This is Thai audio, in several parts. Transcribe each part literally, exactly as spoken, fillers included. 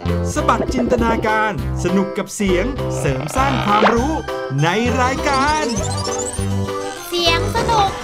สบัดจินตนาการสนุกกับเสียงเสริมสร้างความรู้ในรายการเสียงสนุก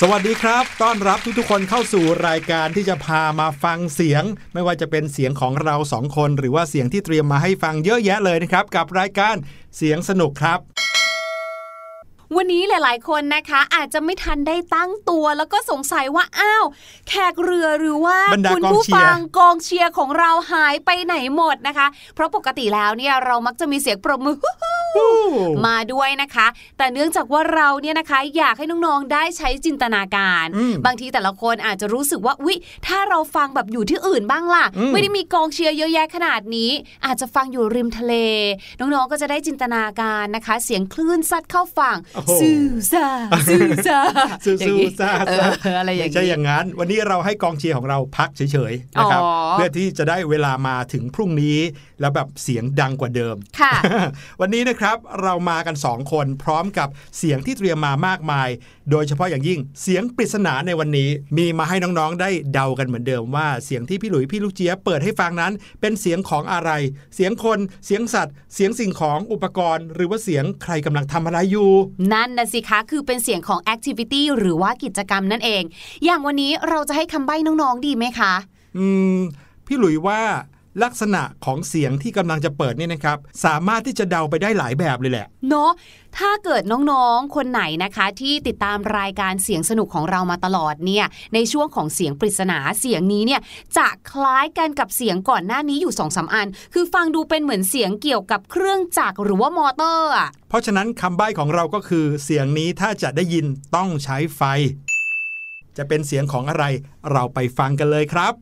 วัสดีครับต้อนรับทุกๆคนเข้าสู่รายการที่จะพามาฟังเสียงไม่ว่าจะเป็นเสียงของเราสองคนหรือว่าเสียงที่เตรียมมาให้ฟังเยอะแยะเลยนะครับกับรายการเสียงสนุกครับวันนี้หลายๆคนนะคะอาจจะไม่ทันได้ตั้งตัวแล้วก็สงสัยว่าอ้าวแขกเรือหรือว่าคุณผู้ฟังกองเชียร์ของเราหายไปไหนหมดนะคะเพราะปกติแล้วเนี่ยเรามักจะมีเสียงปรบมือมาด้วยนะคะแต่เนื่องจากว่าเราเนี่ยนะคะอยากให้น้องๆได้ใช้จินตนาการบางทีแต่ละคนอาจจะรู้สึกว่าอุ๊ยถ้าเราฟังแบบอยู่ที่อื่นบ้างล่ะไม่ได้มีกองเชียร์เยอะแยะขนาดนี้อาจจะฟังอยู่ริมทะเลน้องๆก็จะได้จินตนาการนะคะเสียงคลื่นซัดเข้าฝั่งซูซาซูซาซูซาอะไรอย่างนี้ไม่ใช่อย่างนั้นวันนี้เราให้กองเชียร์ของเราพักเฉยๆนะครับเพื่อที่จะได้เวลามาถึงพรุ่งนี้แล้วแบบเสียงดังกว่าเดิมค่ะวันนี้นะครับเรามากันสองคนพร้อมกับเสียงที่เตรียมมามากมายโดยเฉพาะอย่างยิ่งเสียงปริศนาในวันนี้มีมาให้น้องๆได้เดากันเหมือนเดิมว่าเสียงที่พี่หลุยพี่ลูกเจี๊ยบเปิดให้ฟังนั้นเป็นเสียงของอะไรเสียงคนเสียงสัตว์เสียงสิ่งของอุปกรณ์หรือว่าเสียงใครกำลังทำอะไรอยู่นั่นน่ะสิคะคือเป็นเสียงของ activity หรือว่ากิจกรรมนั่นเองอย่างวันนี้เราจะให้คำใบ้น้องๆดีไหมคะอืมพี่หลุยว่าลักษณะของเสียงที่กำลังจะเปิดนี่นะครับสามารถที่จะเดาไปได้หลายแบบเลยแหละเนาะถ้าเกิดน้องๆคนไหนนะคะที่ติดตามรายการเสียงสนุกของเรามาตลอดเนี่ยในช่วงของเสียงปริศนาเสียงนี้เนี่ยจะคล้ายกันกับเสียงก่อนหน้านี้อยู่ สองสาม อันคือฟังดูเป็นเหมือนเสียงเกี่ยวกับเครื่องจักรหรือว่ามอเตอร์อ่ะเพราะฉะนั้นคำใบ้ของเราก็คือเสียงนี้ถ้าจะได้ยินต้องใช้ไฟจะเป็นเสียงของอะไรเราไปฟังกันเลยครับ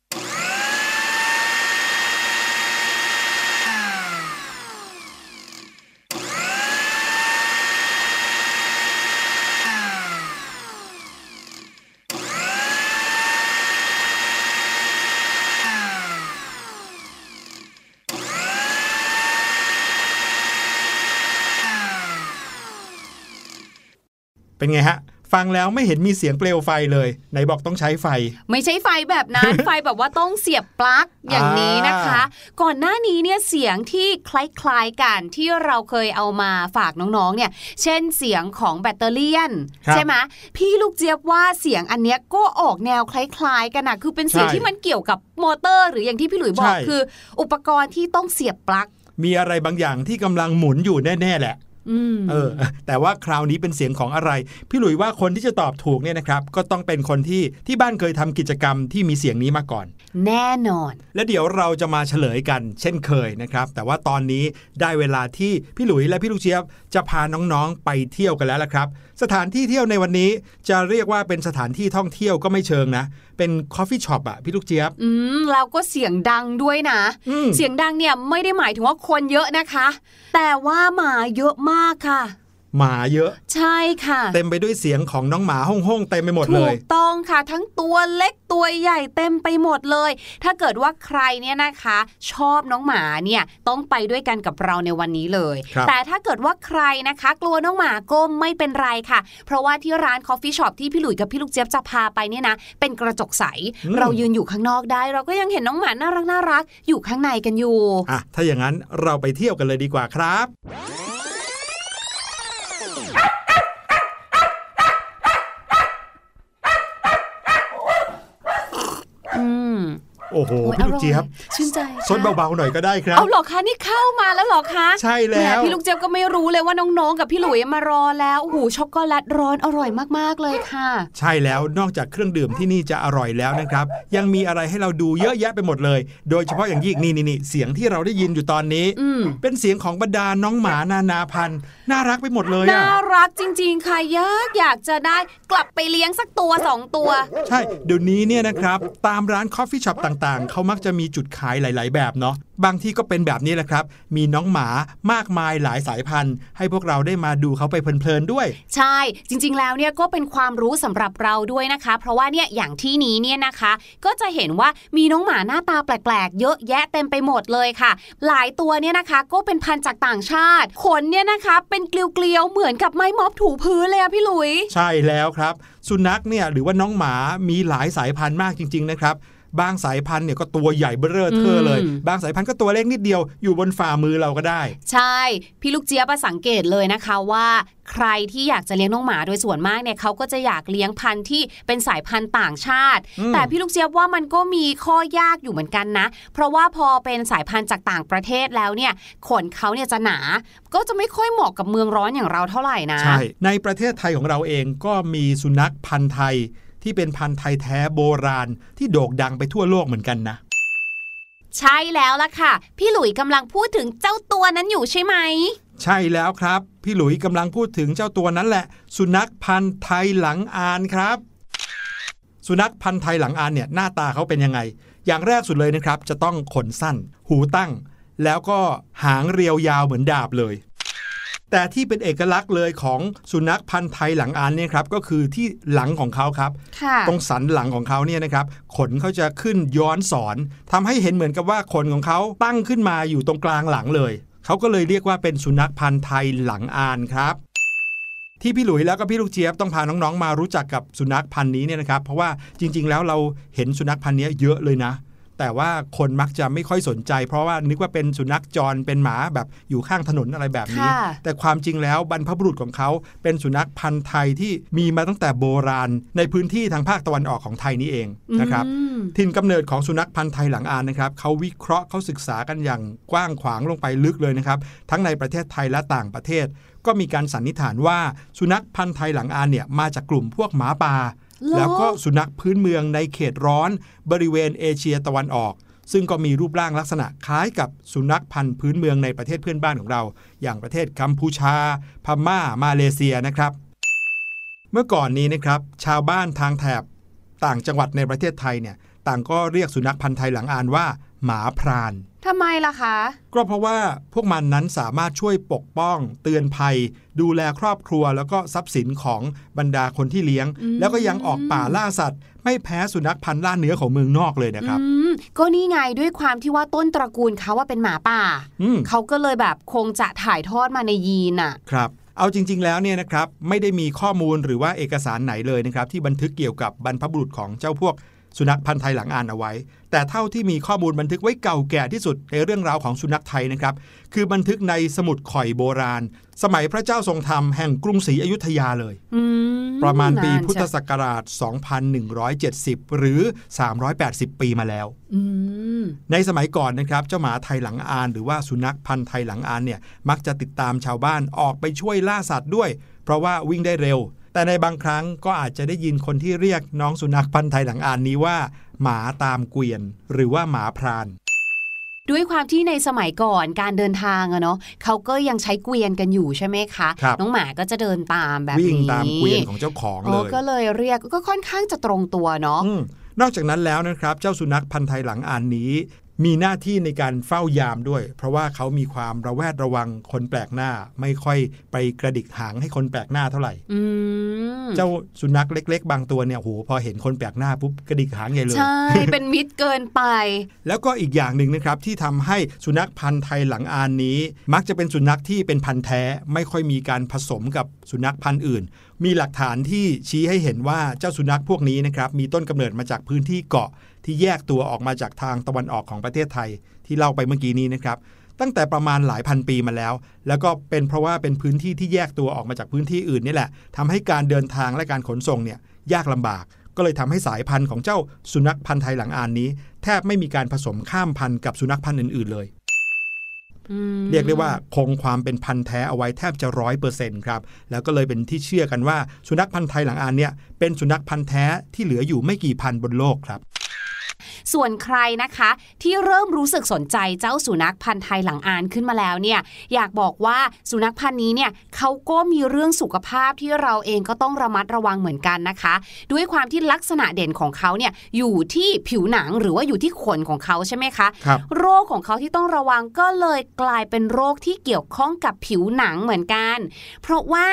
เป็นไงฮะฟังแล้วไม่เห็นมีเสียงเปลวไฟเลยไหนบอกต้องใช้ไฟไม่ใช่ไฟแบบนั้น ไฟแบบว่าต้องเสียบปลั๊กอย่างนี้นะคะก่อนหน้านี้เนี่ยเสียงที่คล้ายๆกันที่เราเคยเอามาฝากน้องๆเนี่ยเช่นเสียงของแบตเตอรี่ใช่ไหมพี่ลูกเจี๊ยบว่าเสียงอันเนี้ยก็ออกแนวคล้ายๆกันนะคือเป็นเสียงที่มันเกี่ยวกับมอเตอร์หรืออย่างที่พี่หลุยบอกคืออุปกรณ์ที่ต้องเสียบปลั๊กมีอะไรบางอย่างที่กำลังหมุนอยู่แน่ๆแหละเออแต่ว่าคราวนี้เป็นเสียงของอะไรพี่หลุยว่าคนที่จะตอบถูกเนี่ยนะครับก็ต้องเป็นคนที่ที่บ้านเคยทำกิจกรรมที่มีเสียงนี้มาก่อนแน่นอนและเดี๋ยวเราจะมาเฉลยกันเช่นเคยนะครับแต่ว่าตอนนี้ได้เวลาที่พี่หลุยและพี่ลูกเจี๊ยบจะพาน้องๆไปเที่ยวกันแล้วล่ะครับสถานที่เที่ยวในวันนี้จะเรียกว่าเป็นสถานที่ท่องเที่ยวก็ไม่เชิงนะเป็นคอฟฟี่ช็อปอะพี่ลูกเจี๊ยบอืมแล้วก็เสียงดังด้วยนะเสียงดังเนี่ยไม่ได้หมายถึงว่าคนเยอะนะคะแต่ว่าหมาเยอะมากค่ะหมาเยอะใช่ค่ะเต็มไปด้วยเสียงของน้องหมาห้องๆเต็มไปหมดเลยถูกต้องค่ะทั้งตัวเล็กตัวใหญ่เต็มไปหมดเลยถ้าเกิดว่าใครเนี่ยนะคะชอบน้องหมาเนี่ยต้องไปด้วยกันกับเราในวันนี้เลยแต่ถ้าเกิดว่าใครนะคะกลัวน้องหมาก็ไม่เป็นไรค่ะเพราะว่าที่ร้านคอฟฟี่ช็อปที่พี่หลุยกับพี่ลูกเจี๊ยบจะพาไปเนี่ยนะเป็นกระจกใสเรายืนอยู่ข้างนอกได้เราก็ยังเห็นน้องหมาน่ารักน่ารักอยู่ข้างในกันอยู่อ่ะถ้าอย่างนั้นเราไปเที่ยวกันเลยดีกว่าครับโอ้โหพี่ลูกเจี๊ยบชื่นใจซดเบาๆหน่อยก็ได้ครับเอาหรอคะนี่เข้ามาแล้วหรอคะใช่แล้วพี่ลูกเจี๊ยบก็ไม่รู้เลยว่าน้องๆกับพี่หลุยมารอแล้วโอ้โหช็อกโกแลตร้อนอร่อยมากๆเลยค่ะใช่แล้วนอกจากเครื่องดื่มที่นี่จะอร่อยแล้วนะครับยังมีอะไรให้เราดูเยอะแยะไปหมดเลยโดยเฉพาะอย่างยิ่งนี่นี่เสียงที่เราได้ยินอยู่ตอนนี้เป็นเสียงของบรรดาน้องหมานานาพันธุ์น่ารักไปหมดเลยน่ารักจริงๆค่ะอยากอยากจะได้กลับไปเลี้ยงสักตัวสองตัวใช่เดี๋ยวนี้เนี่ยนะครับตามร้านคอฟฟี่ช็อปต่างๆเขามักจะมีจุดขายหลายๆแบบเนาะบางที่ก็เป็นแบบนี้แหละครับมีน้องหมามากมายหลายสายพันธุ์ให้พวกเราได้มาดูเขาไปเพลินๆด้วยใช่จริงๆแล้วเนี่ยก็เป็นความรู้สำหรับเราด้วยนะคะเพราะว่าเนี่ยอย่างที่นี้เนี่ยนะคะก็จะเห็นว่ามีน้องหมาหน้าตาแปลกๆเยอะแยะเต็มไปหมดเลยค่ะหลายตัวเนี่ยนะคะก็เป็นพันธุ์จากต่างชาติขนเนี่ยนะคะเป็นเกลียวๆเหมือนกับไม้ม็อบถูพื้นเลยอะพี่หลุยใช่แล้วครับสุนัขเนี่ยหรือว่าน้องหมามีหลายสายพันธุ์มากจริงๆนะครับบางสายพันธุ์เนี่ยก็ตัวใหญ่เบ้อเร่อเทอเลยบางสายพันธุ์ก็ตัวเล็กนิดเดียวอยู่บนฝ่ามือเราก็ได้ใช่พี่ลูกเจี๊ยบสังเกตเลยนะคะว่าใครที่อยากจะเลี้ยงน้องหมาโดยส่วนมากเนี่ยเขาก็จะอยากเลี้ยงพันธุ์ที่เป็นสายพันธุ์ต่างชาติแต่พี่ลูกเจี๊ยบว่ามันก็มีข้อยากอยู่เหมือนกันนะเพราะว่าพอเป็นสายพันธุ์จากต่างประเทศแล้วเนี่ยขนเขาเนี่ยจะหนาก็จะไม่ค่อยเหมาะกับเมืองร้อนอย่างเราเท่าไหร่นะใช่ในประเทศไทยของเราเองก็มีสุนัขพันธุ์ไทยที่เป็นพันธุ์ไทยแท้โบราณที่โด่งดังไปทั่วโลกเหมือนกันนะใช่แล้วล่ะค่ะพี่หลุยกำลังพูดถึงเจ้าตัวนั้นอยู่ใช่ไหมใช่แล้วครับพี่หลุยกำลังพูดถึงเจ้าตัวนั้นแหละสุนัขพันธุ์ไทยหลังอานครับสุนัขพันธุ์ไทยหลังอานเนี่ยหน้าตาเขาเป็นยังไงอย่างแรกสุดเลยนะครับจะต้องขนสั้นหูตั้งแล้วก็หางเรียวยาวเหมือนดาบเลยแต่ที่เป็นเอกลักษณ์เลยของสุนัขพันธุ์ไทยหลังอานเนี่ยครับก็คือที่หลังของเขาครับตรงสันหลังของเขาเนี่ยนะครับขนเขาจะขึ้นย้อนสอนทำให้เห็นเหมือนกับว่าขนของเขาตั้งขึ้นมาอยู่ตรงกลางหลังเลยเขาก็เลยเรียกว่าเป็นสุนัขพันธุ์ไทยหลังอานครับที่พี่หลุยแล้วก็พี่ลูกเจี๊ยบต้องพาน้องๆมารู้จักกับสุนัขพันธุ์นี้เนี่ยนะครับเพราะว่าจริงๆแล้วเราเห็นสุนัขพันธุ์นี้เยอะเลยนะแต่ว่าคนมักจะไม่ค่อยสนใจเพราะว่านึกว่าเป็นสุนัขจรเป็นหมาแบบอยู่ข้างถนนอะไรแบบนี้แต่ความจริงแล้วบรรพบุรุษของเขาเป็นสุนัขพันธุ์ไทยที่มีมาตั้งแต่โบราณในพื้นที่ทางภาคตะวันออกของไทยนี่เองนะครับถิ่นกำเนิดของสุนัขพันธุ์ไทยหลังอานนะครับเขาวิเคราะห์เขาศึกษากันอย่างกว้างขวางลงไปลึกเลยนะครับทั้งในประเทศไทยและต่างประเทศก็มีการสันนิษฐานว่าสุนัขพันธุ์ไทยหลังอานเนี่ยมาจากกลุ่มพวกหมาป่าแล้วก็สุนัขพื้นเมืองในเขตร้อนบริเวณเอเชียตะวันออกซึ่งก็มีรูปร่างลักษณะคล้ายกับสุนัขพันธุ์พื้นเมืองในประเทศเพื่อนบ้านของเราอย่างประเทศกัมพูชาพม่ามาเลเซียนะครับเมื่อก่อนนี้นะครับชาวบ้านทางแถบต่างจังหวัดในประเทศไทยเนี่ยต่างก็เรียกสุนัขพันธุ์ไทยหลังอานว่าหมาพรานทำไมล่ะคะก็เพราะว่าพวกมันนั้นสามารถช่วยปกป้องเตือนภัยดูแลครอบครัวแล้วก็ทรัพย์สินของบรรดาคนที่เลี้ยงแล้วก็ยังออกป่าล่าสัตว์ไม่แพ้สุนัขพันธุ์ล่าเนื้อของเมืองนอกเลยนะครับก็นี่ไงด้วยความที่ว่าต้นตระกูลเขาว่าเป็นหมาป่าเขาก็เลยแบบคงจะถ่ายทอดมาในยีนอ่ะครับเอาจริงๆแล้วเนี่ยนะครับไม่ได้มีข้อมูลหรือว่าเอกสารไหนเลยนะครับที่บันทึกเกี่ยวกับบรรพบุรุษของเจ้าพวกสุนัขพันธุ์ไทยหลังอานเอาไว้แต่เท่าที่มีข้อมูลบันทึกไว้เก่าแก่ที่สุดในเรื่องราวของสุนัขไทยนะครับคือบันทึกในสมุดข่อยโบราณสมัยพระเจ้าทรงธรรมแห่งกรุงศรีอยุธยาเลยประมาณปีพุทธศักราชสองพันหนึ่งร้อยเจ็ดสิบหรือสามร้อยแปดสิบปีมาแล้วในสมัยก่อนนะครับเจ้าหมาไทยหลังอานหรือว่าสุนัขพันธุ์ไทยหลังอานเนี่ยมักจะติดตามชาวบ้านออกไปช่วยล่าสัตว์ด้วยเพราะว่าวิ่งได้เร็วแต่ในบางครั้งก็อาจจะได้ยินคนที่เรียกน้องสุนัขพันธุ์ไทยหลังอานนี้ว่าหมาตามเกวียนหรือว่าหมาพรานด้วยความที่ในสมัยก่อนการเดินทางอะเนาะเขาก็ยังใช้เกวียนกันอยู่ใช่ไหมคะน้องหมาก็จะเดินตามแบบนี้วิ่งตามเกวียนของเจ้าของเลยก็เลยเรียกก็ค่อนข้างจะตรงตัวเนาะนอกจากนั้นแล้วนะครับเจ้าสุนัขพันธุ์ไทยหลังอานนี้มีหน้าที่ในการเฝ้ายามด้วยเพราะว่าเขามีความระแวดระวังคนแปลกหน้าไม่ค่อยไปกระดิกหางให้คนแปลกหน้าเท่าไหร่เจ้าสุนัขเล็กๆบางตัวเนี่ยโหพอเห็นคนแปลกหน้าปุ๊บกระดิกหางใหญ่เลยใช่ เป็นมิตรเกินไปแล้วก็อีกอย่างหนึ่งนะครับที่ทำให้สุนัขพันธุ์ไทยหลังอานนี้มักจะเป็นสุนัขที่เป็นพันธุ์แท้ไม่ค่อยมีการผสมกับสุนัขพันธุ์อื่นมีหลักฐานที่ชี้ให้เห็นว่าเจ้าสุนัขพวกนี้นะครับมีต้นกำเนิดมาจากพื้นที่เกาะที่แยกตัวออกมาจากทางตะวันออกของประเทศไทยที่เล่าไปเมื่อกี้นี้นะครับตั้งแต่ประมาณหลายพันปีมาแล้วแล้วก็เป็นเพราะว่าเป็นพื้นที่ที่แยกตัวออกมาจากพื้นที่อื่นนี่แหละทำให้การเดินทางและการขนส่งเนี่ยยากลำบากก็เลยทำให้สายพันธุ์ของเจ้าสุนัขพันธุ์ไทยหลังอานนี้แทบไม่มีการผสมข้ามพันธุ์กับสุนัขพันธุ์อื่นๆเลยเรียกได้ว่าคงความเป็นพันธุ์แท้เอาไว้แทบจะ ร้อยเปอร์เซ็นต์ ครับแล้วก็เลยเป็นที่เชื่อกันว่าสุนัขพันธุ์ไทยหลังอานเนี่ยเป็นสุนัขพันธุ์แท้ที่เหลืออยู่ไม่กี่พันบนโลกครับส่วนใครนะคะที่เริ่มรู้สึกสนใจเจ้าสุนัขพันธุ์ไทยหลังอานขึ้นมาแล้วเนี่ยอยากบอกว่าสุนัขพันธุ์นี้เนี่ยเขาก็มีเรื่องสุขภาพที่เราเองก็ต้องระมัดระวังเหมือนกันนะคะด้วยความที่ลักษณะเด่นของเขาเนี่ยอยู่ที่ผิวหนังหรือว่าอยู่ที่ขนของเขาใช่ไหมคะโรคของเขาที่ต้องระวังก็เลยกลายเป็นโรคที่เกี่ยวข้องกับผิวหนังเหมือนกันเพราะว่า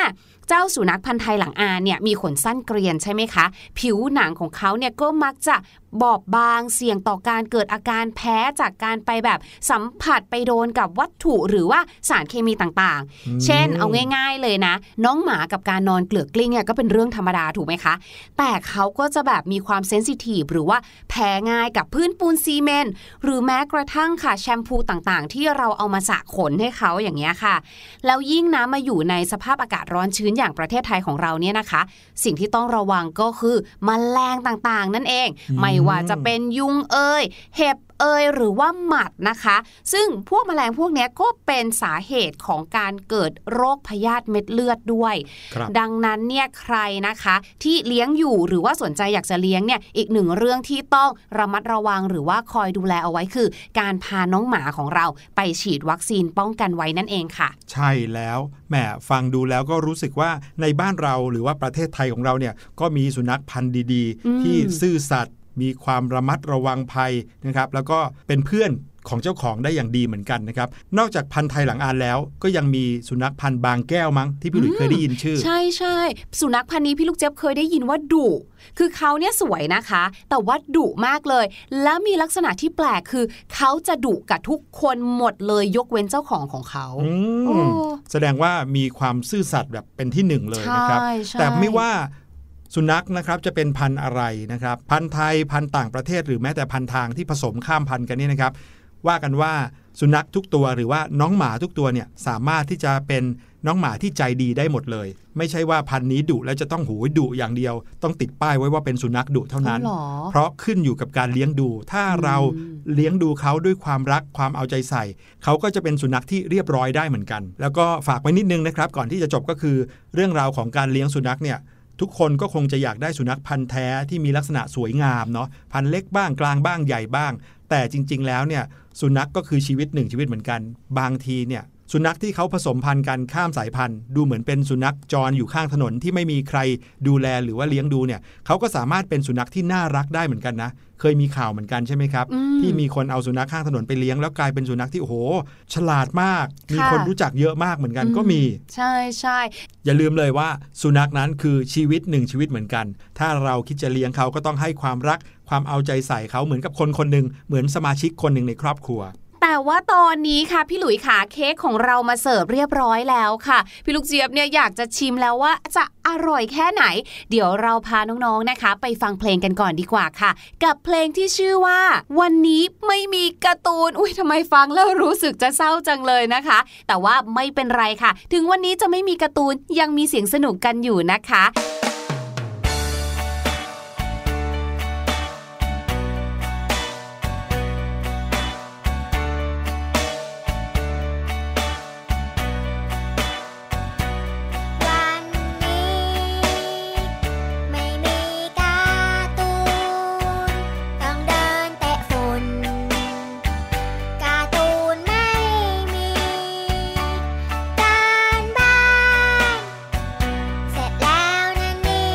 เจ้าสุนัขพันธุ์ไทยหลังอานเนี่ยมีขนสั้นเกรียนใช่ไหมคะผิวหนังของเขาเนี่ยก็มักจะบอบบางเสี่ยงต่อการเกิดอาการแพ้จากการไปแบบสัมผัสไปโดนกับวัตถุหรือว่าสารเคมีต่างๆเช่นเอาง่ายๆเลยนะน้องหมากับการนอนเกลือกกลิ้งเนี่ยก็เป็นเรื่องธรรมดาถูกไหมคะแต่เขาก็จะแบบมีความเซนซิทีฟหรือว่าแพ้ง่ายกับพื้นปูนซีเมนต์หรือแม้กระทั่งค่ะแชมพูต่างๆที่เราเอามาสระขนให้เขาอย่างเงี้ยค่ะแล้วยิ่งนะมาอยู่ในสภาพอากาศร้อนชื้นอย่างประเทศไทยของเราเนี่ยนะคะสิ่งที่ต้องระวังก็คือแมลงต่างๆนั่นเองไม่ว่าจะเป็นยุงเอ่ยเห็บเอ่ยหรือว่าหมัดนะคะซึ่งพวกแมลงพวกนี้ก็เป็นสาเหตุของการเกิดโรคพยาธิเม็ดเลือดด้วยดังนั้นเนี่ยใครนะคะที่เลี้ยงอยู่หรือว่าสนใจอยากจะเลี้ยงเนี่ยอีกหนึ่งเรื่องที่ต้องระมัดระวังหรือว่าคอยดูแลเอาไว้คือการพาน้องหมาของเราไปฉีดวัคซีนป้องกันไว้นั่นเองค่ะใช่แล้วแหมฟังดูแล้วก็รู้สึกว่าในบ้านเราหรือว่าประเทศไทยของเราเนี่ยก็มีสุนัขพันธุ์ดีๆที่ซื่อสัตย์มีความระมัดระวังภัยนะครับแล้วก็เป็นเพื่อนของเจ้าของได้อย่างดีเหมือนกันนะครับนอกจากพันธุ์ไทยหลังอานแล้วก็ยังมีสุนัขพันธุ์บางแก้วมั้งที่พี่หลุยเคยได้ยินชื่อใช่ใช่สุนัขพันธุ์นี้พี่ลูกเจี๊ยบเคยได้ยินว่าดุคือเขาเนี่ยสวยนะคะแต่ว่าดุมากเลยแล้วมีลักษณะที่แปลกคือเขาจะดุกับทุกคนหมดเลยยกเว้นเจ้าของของเขาแสดงว่ามีความซื่อสัตย์แบบเป็นที่หนึ่งเลยนะครับแต่ไม่ว่าสุนัขนะครับจะเป็นพันธุ์อะไรนะครับพันธุ์ไทยพันธุ์ต่างประเทศหรือแม้แต่พันธุ์ทางที่ผสมข้ามพันธุ์กันนี่นะครับว่ากันว่าสุนัขทุกตัวหรือว่าน้องหมาทุกตัวเนี่ยสามารถที่จะเป็นน้องหมาที่ใจดีได้หมดเลยไม่ใช่ว่าพันธุ์นี้ดุแล้วจะต้องหูดุอย่างเดียวต้องติดป้ายไว้ว่าเป็นสุนัขดุเท่านั้นเพราะขึ้นอยู่กับการเลี้ยงดูถ้าเราเลี้ยงดูเขาด้วยความรักความเอาใจใส่เขาก็จะเป็นสุนัขที่เรียบร้อยได้เหมือนกันแล้วก็ฝากไว้นิดนึงนะครับก่อนที่จะจบก็คือเรื่องราวของการเลี้ยงสุนัขเนี่ยทุกคนก็คงจะอยากได้สุนัขพันธุ์แท้ที่มีลักษณะสวยงามเนาะพันธุ์เล็กบ้างกลางบ้างใหญ่บ้างแต่จริงๆแล้วเนี่ยสุนัข ก, ก็คือชีวิตหนึ่งชีวิตเหมือนกันบางทีเนี่ยสุนัขที่เขาผสมพันธุ์กันข้ามสายพันธุ์ดูเหมือนเป็นสุนัขจรอยู่ข้างถนนที่ไม่มีใครดูแลหรือว่าเลี้ยงดูเนี่ยเขาก็สามารถเป็นสุนัขที่น่ารักได้เหมือนกันนะเคยมีข่าวเหมือนกันใช่ไหมครับที่มีคนเอาสุนัขข้างถนนไปเลี้ยงแล้วกลายเป็นสุนัขที่โอ้โหฉลาดมากมีคนรู้จักเยอะมากเหมือนกันก็มีใช่ใช่อย่าลืมเลยว่าสุนัขนั้นคือชีวิตหนึ่งชีวิตเหมือนกันถ้าเราคิดจะเลี้ยงเขาก็ต้องให้ความรักความเอาใจใส่เขาเหมือนกับคนคนหนึ่งเหมือนสมาชิกคนหนึ่งในครอบครัวแต่ว่าตอนนี้ค่ะพี่หลุยขาเค้กของเรามาเสิร์ฟเรียบร้อยแล้วค่ะพี่ลูกเจี๊ยบเนี่ยอยากจะชิมแล้วว่าจะอร่อยแค่ไหนเดี๋ยวเราพาน้องๆนะคะไปฟังเพลงกันก่อนดีกว่าค่ะกับเพลงที่ชื่อว่าวันนี้ไม่มีการ์ตูนอุ้ยทำไมฟังแล้วรู้สึกจะเศร้าจังเลยนะคะแต่ว่าไม่เป็นไรค่ะถึงวันนี้จะไม่มีการ์ตูนยังมีเสียงสนุกกันอยู่นะคะเสร็จแล้วนะนี่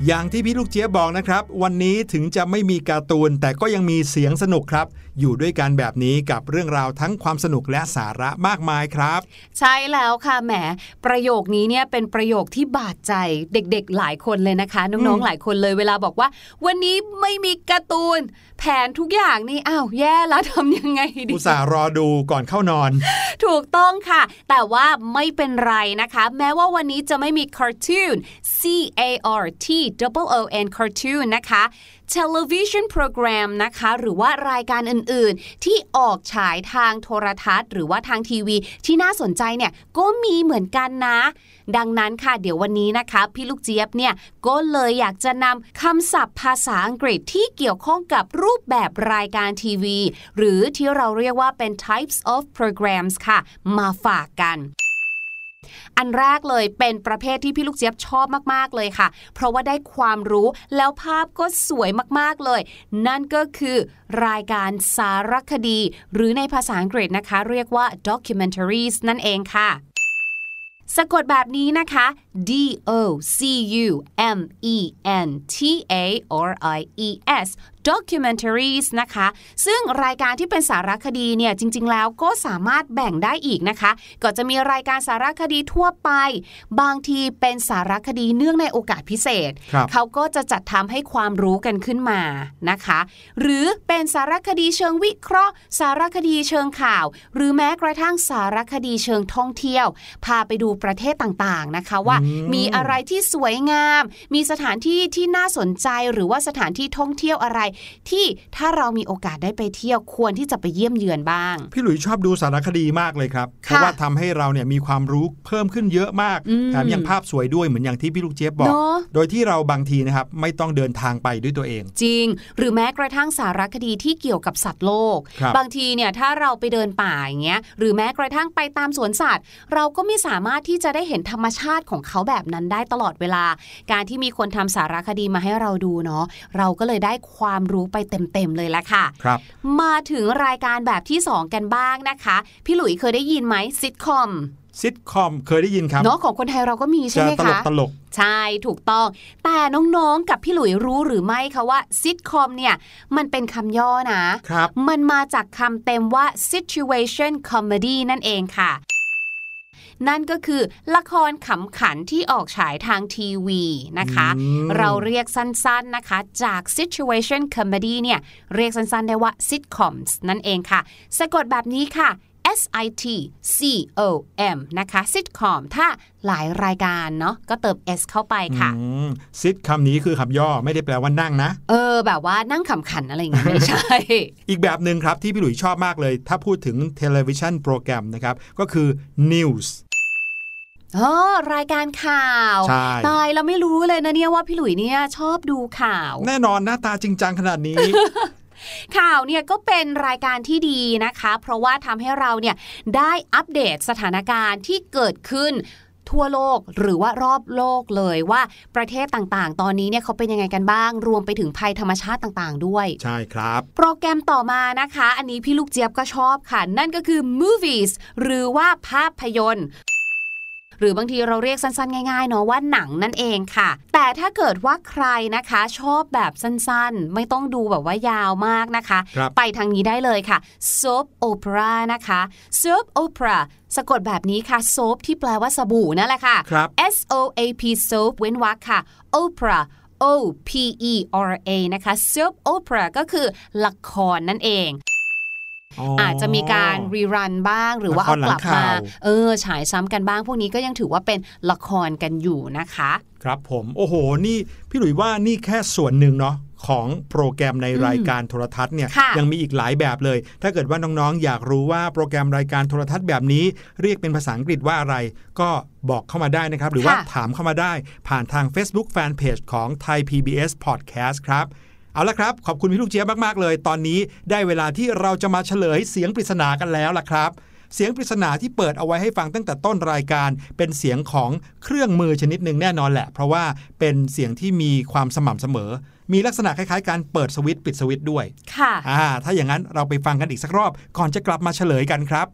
อย่างที่พี่ลูกเจี๊ยบบอกนะครับวันนี้ถึงจะไม่มีการ์ตูนแต่ก็ยังมีเสียงสนุกครับอยู่ด้วยกันแบบนี้กับเรื่องราวทั้งความสนุกและสาระมากมายครับใช่แล้วค่ะแหมประโยคนี้เนี่ยเป็นประโยคที่บาดใจเด็กๆหลายคนเลยนะคะน้องๆหลายคนเลยเวลาบอกว่าวันนี้ไม่มีการ์ตูนแผนทุกอย่างนี่อ้าวแย่แล้วทำยังไงดีอุตส่าห์รอดูก่อนเข้านอนถูกต้องค่ะแต่ว่าไม่เป็นไรนะคะแม้ว่าวันนี้จะไม่มี cartoon C A R T O O N cartoon นะคะ television program นะคะหรือว่ารายการอื่นๆที่ออกฉายทางโทรทัศน์หรือว่าทางทีวีที่น่าสนใจเนี่ยก็มีเหมือนกันนะดังนั้นค่ะเดี๋ยววันนี้นะคะพี่ลูกเจี๊ยบเนี่ยก็เลยอยากจะนำคำศัพท์ภาษาอังกฤษที่เกี่ยวข้องกับรูปแบบรายการทีวีหรือที่เราเรียกว่าเป็น types of programs ค่ะมาฝากกันอันแรกเลยเป็นประเภทที่พี่ลูกเจี๊ยบชอบมากๆเลยค่ะเพราะว่าได้ความรู้แล้วภาพก็สวยมากๆเลยนั่นก็คือรายการสารคดีหรือในภาษาอังกฤษนะคะเรียกว่า documentaries นั่นเองค่ะสะกดแบบนี้นะคะ D O C U M E N T A R I E S documentaries นะคะซึ่งรายการที่เป็นสารคดีเนี่ยจริงๆแล้วก็สามารถแบ่งได้อีกนะคะก็จะมีรายการสารคดีทั่วไปบางทีเป็นสารคดีเนื่องในโอกาสพิเศษเขาก็จะจัดทำให้ความรู้กันขึ้นมานะคะหรือเป็นสารคดีเชิงวิเคราะห์สารคดีเชิงข่าวหรือแม้กระทั่งสารคดีเชิงท่องเที่ยวพาไปดูประเทศต่างๆนะคะว่ามีอะไรที่สวยงามมีสถานที่ที่น่าสนใจหรือว่าสถานที่ท่องเที่ยวอะไรที่ถ้าเรามีโอกาสได้ไปเที่ยวควรที่จะไปเยี่ยมเยือนบ้างพี่หลุยชอบดูสารคดีมากเลยครับเพราะว่าทำให้เราเนี่ยมีความรู้เพิ่มขึ้นเยอะมากแถมยังภาพสวยด้วยเหมือนอย่างที่พี่ลูกเจี๊ยบบอกโดยที่เราบางทีนะครับไม่ต้องเดินทางไปด้วยตัวเองจริงหรือแม้กระทั่งสารคดีที่เกี่ยวกับสัตว์โลกบางทีเนี่ยถ้าเราไปเดินป่าอย่างเงี้ยหรือแม้กระทั่งไปตามสวนสัตว์เราก็ไม่สามารถที่จะได้เห็นธรรมชาติของเขาแบบนั้นได้ตลอดเวลาการที่มีคนทำสารคดีมาให้เราดูเนาะเราก็เลยได้ความรู้ไปเต็มๆเลยละค่ะครับมาถึงรายการแบบที่สองกันบ้างนะคะพี่หลุยเคยได้ยินไหมซิทคอมซิทคอมเคยได้ยินครับเนาะของคนไทยเราก็มีใช่ไหมคะตลกใช่ถูกต้องแต่น้องๆกับพี่หลุยรู้หรือไม่คะว่าซิทคอมเนี่ยมันเป็นคำย่อนะครับมันมาจากคำเต็มว่า situation comedy นั่นเองค่ะนั่นก็คือละครขำขันที่ออกฉายทางทีวีนะคะเราเรียกสั้นๆนะคะจาก situation comedy เนี่ยเรียกสั้นๆได้ว่า sitcoms นั่นเองค่ะสะกดแบบนี้ค่ะ S I T C O M นะคะ sitcom ถ้าหลายรายการเนาะก็เติม S เข้าไปค่ะซิทคำนี้คือคำย่อไม่ได้แปลว่านั่งนะเออแบบว่านั่งขำขันอะไรอย่างเงี้ยไม่ใช่อีกแบบนึงครับที่พี่หลุยชอบมากเลยถ้าพูดถึง television program นะครับก็คือ news อ๋อรายการข่าวตายเราไม่รู้เลยนะเนี่ยว่าพี่หลุยเนี่ยชอบดูข่าวแน่นอนหน้าตาจริงจังขนาดนี้ข่าวเนี่ยก็เป็นรายการที่ดีนะคะเพราะว่าทำให้เราเนี่ยได้อัปเดตสถานการณ์ที่เกิดขึ้นทั่วโลกหรือว่ารอบโลกเลยว่าประเทศต่างๆตอนนี้เนี่ยเขาเป็นยังไงกันบ้างรวมไปถึงภัยธรรมชาติต่างๆด้วยใช่ครับโปรแกรมต่อมานะคะอันนี้พี่ลูกเจี๊ยบก็ชอบค่ะนั่นก็คือ movies หรือว่าภาพยนตร์หรือบางทีเราเรียกสั้นๆง่ายๆเนาะว่าหนังนั่นเองค่ะแต่ถ้าเกิดว่าใครนะคะชอบแบบสั้นๆไม่ต้องดูแบบว่ายาวมากนะคะไปทางนี้ได้เลยค่ะ soap opera นะคะ soap opera สะกดแบบนี้ค่ะ soap ที่แปลว่าสบู่นั่นแหละค่ะ S O A P soap เว้นวรรคค่ะ opera O P E R A นะคะ soap opera ก็คือละครนั่นเองอาจจะมีการรีรันบ้างหรือว่าเอากลับมาเออฉายซ้ำกันบ้างพวกนี้ก็ยังถือว่าเป็นละครกันอยู่นะคะครับผมโอ้โหนี่พี่หลุยว่านี่แค่ส่วนหนึ่งเนาะของโปรแกรมในรายการโทรทัศน์เนี่ยยังมีอีกหลายแบบเลยถ้าเกิดว่าน้องๆอยากรู้ว่าโปรแกรมรายการโทรทัศน์แบบนี้เรียกเป็นภาษาอังกฤษว่าอะไรก็บอกเข้ามาได้นะครับหรือว่าถามเข้ามาได้ผ่านทาง Facebook Fanpage ของ Thai พี บี เอส Podcast ครับเอาละครับขอบคุณพี่ลูกเจี๊ยบมากๆเลยตอนนี้ได้เวลาที่เราจะมาเฉลยเสียงปริศนากันแล้วล่ะครับเสียงปริศนาที่เปิดเอาไว้ให้ฟังตั้งแต่ต้นรายการเป็นเสียงของเครื่องมือชนิดหนึ่งแน่นอนแหละเพราะว่าเป็นเสียงที่มีความสม่ำเสมอมีลักษณะคล้ายๆการเปิดสวิตช์ปิดสวิตช์ด้วยค่ะอ่าถ้าอย่างนั้นเราไปฟังกันอีกสักรอบก่อนจะกลับมาเฉลยกันครับ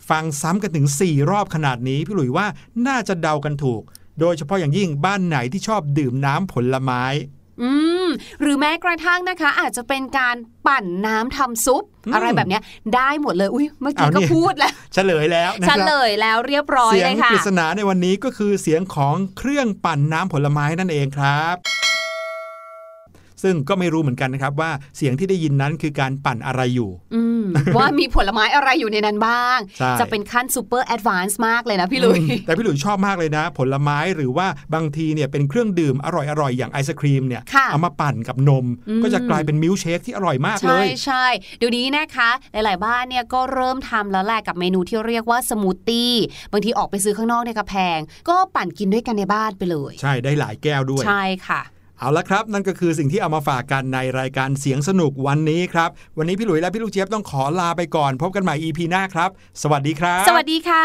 ฟังซ้ำกันถึงสี่รอบขนาดนี้พี่หลุยว่าน่าจะเดากันถูกโดยเฉพาะอย่างยิ่งบ้านไหนที่ชอบดื่มน้ำผลไม้อืมหรือแม้กระทั่งนะคะอาจจะเป็นการปั่นน้ำทำซุป อ, อะไรแบบนี้ได้หมดเลยอุ้ยเมื่อกี้ก็พูดแล้วเฉลยแล้วนะครับเฉลยแล้วเรียบร้อยเลยค่ะเสียงปริศนาในวันนี้ก็คือเสียงของเครื่องปั่นน้ำผลไม้นั่นเองครับซึ่งก็ไม่รู้เหมือนกันนะครับว่าเสียงที่ได้ยินนั้นคือการปั่นอะไรอยู่ว่ามีผลไม้อะไรอยู่ในนั้นบ้างจะเป็นขั้นซูเปอร์แอดวานซ์มากเลยนะพี่ลุยแต่พี่ลุยชอบมากเลยนะผลไม้หรือว่าบางทีเนี่ยเป็นเครื่องดื่มอร่อยๆอย่างไอศครีมเนี่ยเอามาปั่นกับนมก็จะกลายเป็นมิลค์เชคที่อร่อยมากเลยใช่ใช่เดี๋ยวนี้นะคะหลายๆบ้านเนี่ยก็เริ่มทำแล้วแหละกับเมนูที่เรียกว่าสมูทตี้บางทีออกไปซื้อข้างนอกเนี่ยก็แพงก็ปั่นกินด้วยกันในบ้านไปเลยใช่ได้หลายแก้วด้วยใช่ค่ะเอาละครับนั่นก็คือสิ่งที่เอามาฝากกันในรายการเสียงสนุกวันนี้ครับวันนี้พี่หลุยและพี่ลูกเจี๊ยบต้องขอลาไปก่อนพบกันใหม่ อี พี หน้าครับสวัสดีครับสวัสดีค่ะ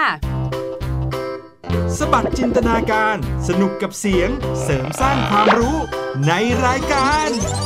สบัดจินตนาการสนุกกับเสียงเสริมสร้างความรู้ในรายการ